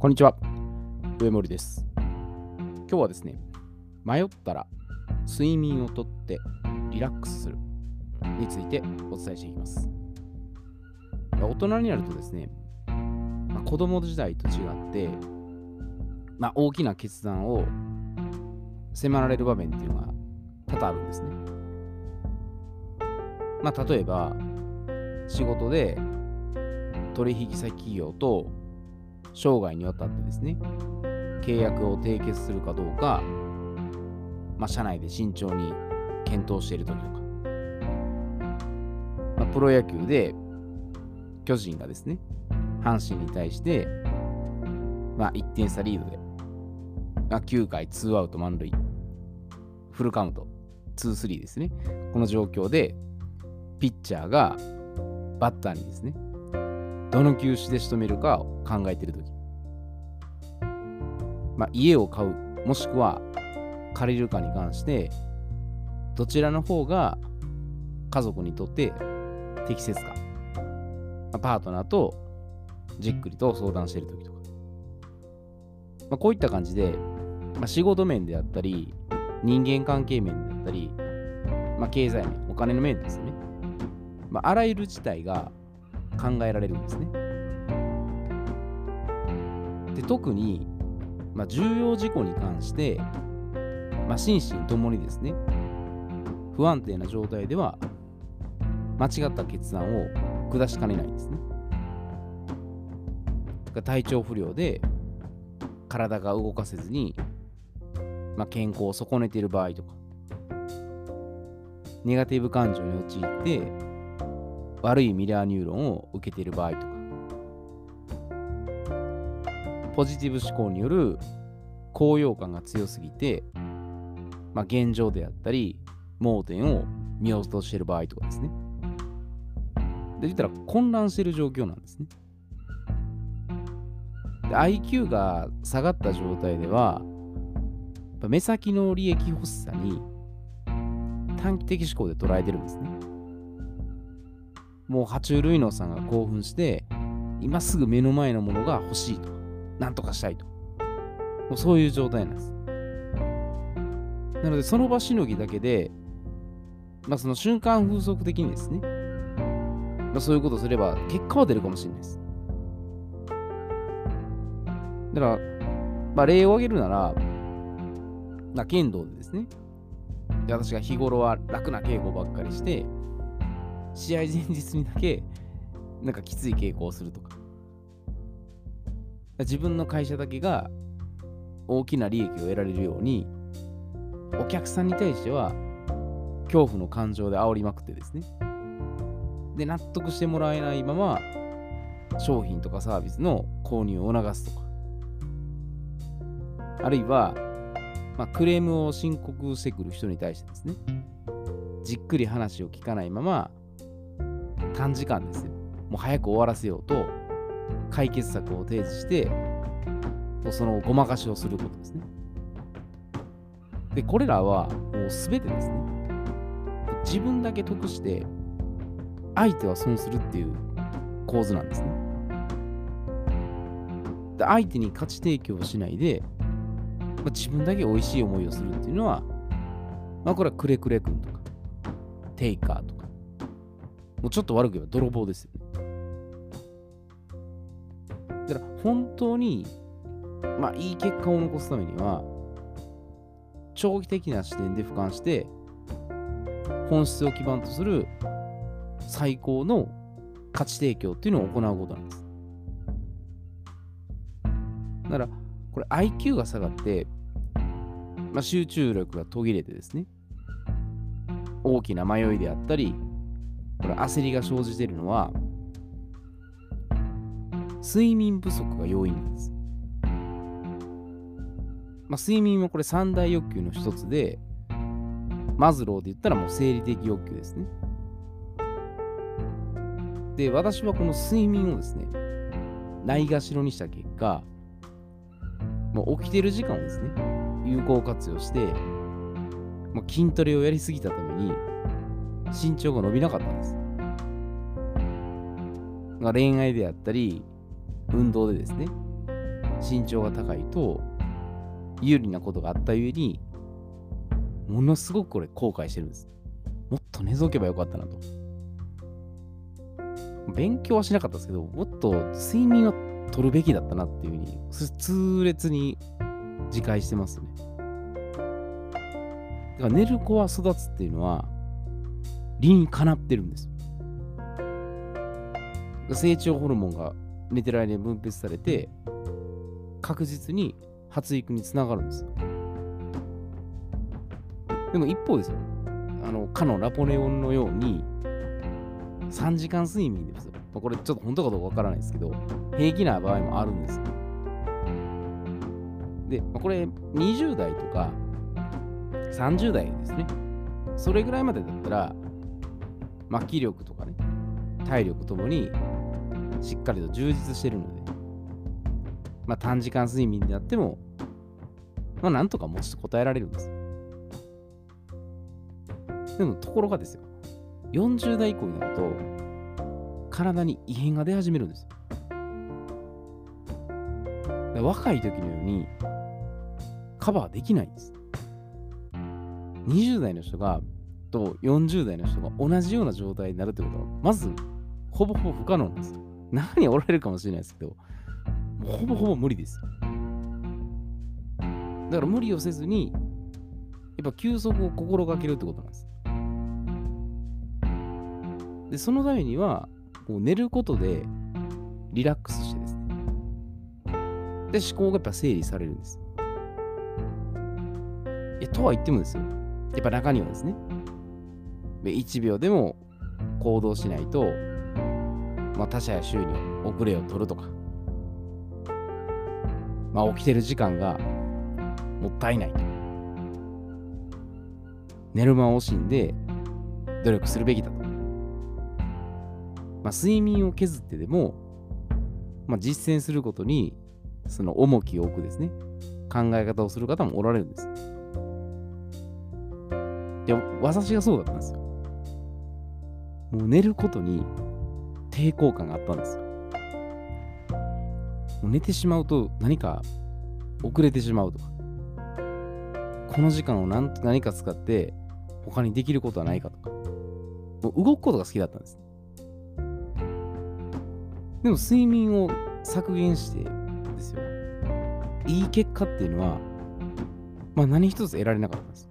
こんにちは、上森です。今日はですね、迷ったら睡眠をとってリラックスするについてお伝えしていきます。大人になるとですね、子供時代と違って、大きな決断を迫られる場面っていうのが多々あるんですね。例えば、仕事で取引先企業と生涯にわたってですね、契約を締結するかどうか、社内で慎重に検討している時とか、プロ野球で巨人がですね、阪神に対して、1点差リードで、9回ツーアウト満塁、フルカウント、2-3ですね。この状況で、ピッチャーがバッターにですね、どの球種で仕留めるかを考えているとき。家を買う、もしくは借りるかに関して、どちらの方が家族にとって適切か。パートナーとじっくりと相談しているときとか。こういった感じで、仕事面であったり、人間関係面であったり、経済面、お金の面ですね。あらゆる事態が考えられるんですね。で、特に、重要事項に関して、心身ともにですね、不安定な状態では、間違った決断を下しかねないんですね。体調不良で、体が動かせずに、健康を損ねている場合とか、ネガティブ感情に陥って、悪いミラーニューロンを受けている場合とか、ポジティブ思考による高揚感が強すぎて、現状であったり、盲点を見落としている場合とかですね。で、言ったら混乱している状況なんですね。で、IQ が下がった状態では、目先の利益欲しさに短期的思考で捉えてるんですね。もう爬虫類脳さんが興奮して、今すぐ目の前のものが欲しいとか、なんとかしたいと。もうそういう状態なんです。なので、その場しのぎだけで、その瞬間風速的にですね、そういうことをすれば結果は出るかもしれないです。だから、例を挙げるなら、剣道でですね、で私が日頃は楽な稽古ばっかりして、試合前日にだけ、きつい稽古をするとか。自分の会社だけが大きな利益を得られるように、お客さんに対しては恐怖の感情で煽りまくってですね。で、納得してもらえないまま商品とかサービスの購入を促すとか。あるいは、クレームを申告してくる人に対してですね、じっくり話を聞かないまま、短時間ですよ。もう早く終わらせようと、解決策を提示して、そのごまかしをすることですね。で、これらはもうすべてですね、自分だけ得して、相手は損するっていう構図なんですね。で、相手に価値提供をしないで、自分だけ美味しい思いをするっていうのは、これはくれくれくんとか、テイカーとか、もうちょっと悪く言えば泥棒ですよね。だから本当に、いい結果を残すためには、長期的な視点で俯瞰して、本質を基盤とする最高の価値提供っていうのを行うことなんです。だから、これ IQ が下がって、集中力が途切れてですね、大きな迷いであったり、これ焦りが生じているのは、睡眠不足が要因なんです。睡眠はこれ三大欲求の一つで、マズローで言ったらもう生理的欲求ですね。で、私はこの睡眠をですね、ないがしろにした結果、もう起きてる時間をですね、有効活用して、筋トレをやりすぎたために、身長が伸びなかったんです。恋愛であったり、運動でですね、 身長が高いと有利なことがあったゆえに、ものすごくこれ後悔してるんです。もっと寝とけばよかったなと。勉強はしなかったですけど、もっと睡眠は取るべきだったなっていうふうに、痛烈に自戒してますね。だから寝る子は育つっていうのは、理にかなってるんですよ。成長ホルモンが寝てる間に分泌されて、確実に発育につながるんですよ。でも一方ですよ。かのナポレオンのように、3時間睡眠ですよ。これちょっと本当かどうかわからないですけど、平気な場合もあるんですよ。で、これ20代とか30代ですね。それぐらいまでだったら、気力とかね、体力ともにしっかりと充実してるので、短時間睡眠であっても、なんとか持ちこたえられるんです。でもところがですよ、40代以降になると、体に異変が出始めるんですよ。若い時のようにカバーできないんです。20代の人がと40代の人が同じような状態になるってことは、まずほぼほぼ不可能なんですよ。中にはおられるかもしれないですけど、もうほぼほぼ無理ですよ。だから無理をせずに、やっぱ休息を心がけるってことなんです。で、そのためには、もう寝ることでリラックスしてですね。で、思考がやっぱ整理されるんです。とは言ってもですよ。やっぱ中にはですね、1秒でも行動しないと、他者や周囲に遅れを取るとか、起きてる時間がもったいないと。寝る間を惜しんで努力するべきだと。睡眠を削ってでも、実践することにその重きを置くですね、考え方をする方もおられるんです。いや、私がそうだったんですよ。もう寝ることに抵抗感があったんですよ。もう寝てしまうと何か遅れてしまうとか、この時間を何か使って他にできることはないかとか、もう動くことが好きだったんです。でも睡眠を削減してですよ、いい結果っていうのは、何一つ得られなかったんです。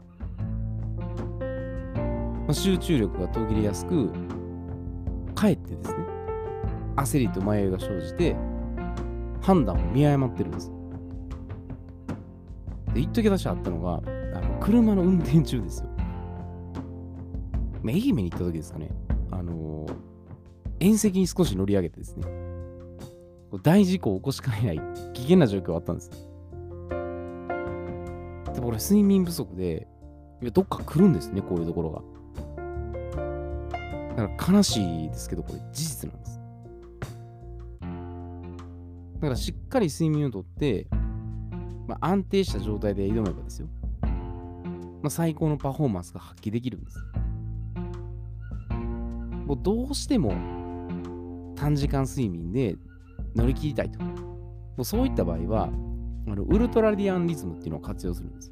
集中力が途切れやすく、かえってですね、焦りと迷いが生じて、判断を見誤ってるんです。で、一時私あったのが、車の運転中ですよ。愛媛に行った時ですかね、縁石に少し乗り上げてですね、大事故を起こしかねない危険な状況があったんです。で、これ睡眠不足で、どっか来るんですね、こういうところが。だから悲しいですけど、これ事実なんです。だからしっかり睡眠をとって、安定した状態で挑めばですよ、最高のパフォーマンスが発揮できるんです。もうどうしても短時間睡眠で乗り切りたいと。もうそういった場合は、ウルトラディアンリズムっていうのを活用するんです。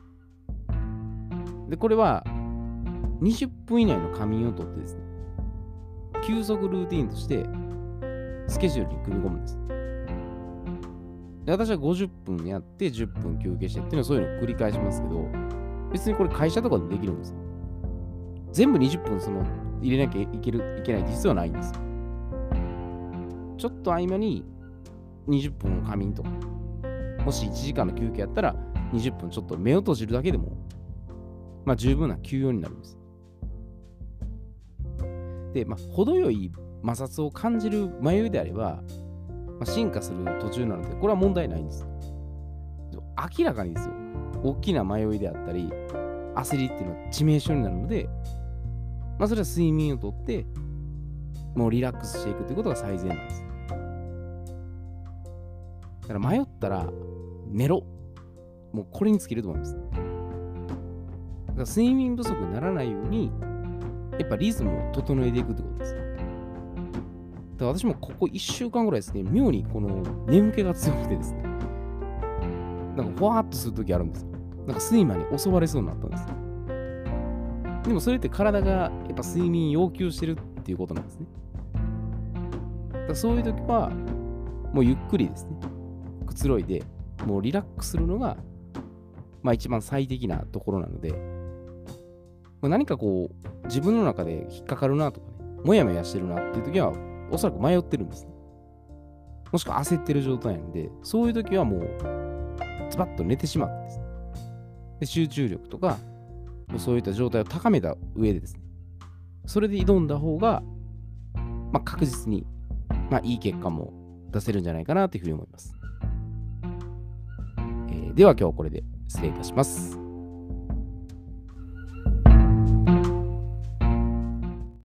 で、これは20分以内の仮眠をとってですね、休息ルーティーンとしてスケジュールに組み込むんです。で、私は50分やって10分休憩してっていうのはそういうのを繰り返しますけど、別にこれ会社とかでもできるんですよ。全部20分入れなきゃいけないって必要はないんですよ。ちょっと合間に20分の仮眠とか、もし1時間の休憩やったら20分ちょっと目を閉じるだけでも、十分な休養になるんです。で、程よい摩擦を感じる迷いであれば、進化する途中なので、これは問題ないんです。明らかにですよ、大きな迷いであったり、焦りっていうのは致命傷になるので、それは睡眠をとって、もうリラックスしていくということが最善なんです。だから迷ったら、寝ろ。もうこれに尽きると思います。だから睡眠不足にならないように、やっぱリズムを整えていくってことです。だから私もここ1週間ぐらいですね、妙にこの眠気が強くてですね、 なんかふわーっとするときあるんですよ。なんか睡魔に襲われそうになったんです。でもそれって体がやっぱ睡眠要求してるっていうことなんですね。だからそういうときは、もうゆっくりですね、くつろいで、もうリラックスするのが、まあ一番最適なところなので、まあ、何かこう、自分の中で引っかかるなとかね、もやもやしてるなっていうときは、おそらく迷ってるんですね。もしくは焦ってる状態なんで、そういうときはもう、ズバッと寝てしまってですね。で、集中力とか、もうそういった状態を高めた上でですね、それで挑んだ方が、まあ、確実に、まあ、いい結果も出せるんじゃないかなというふうに思います。では今日はこれで失礼いたします。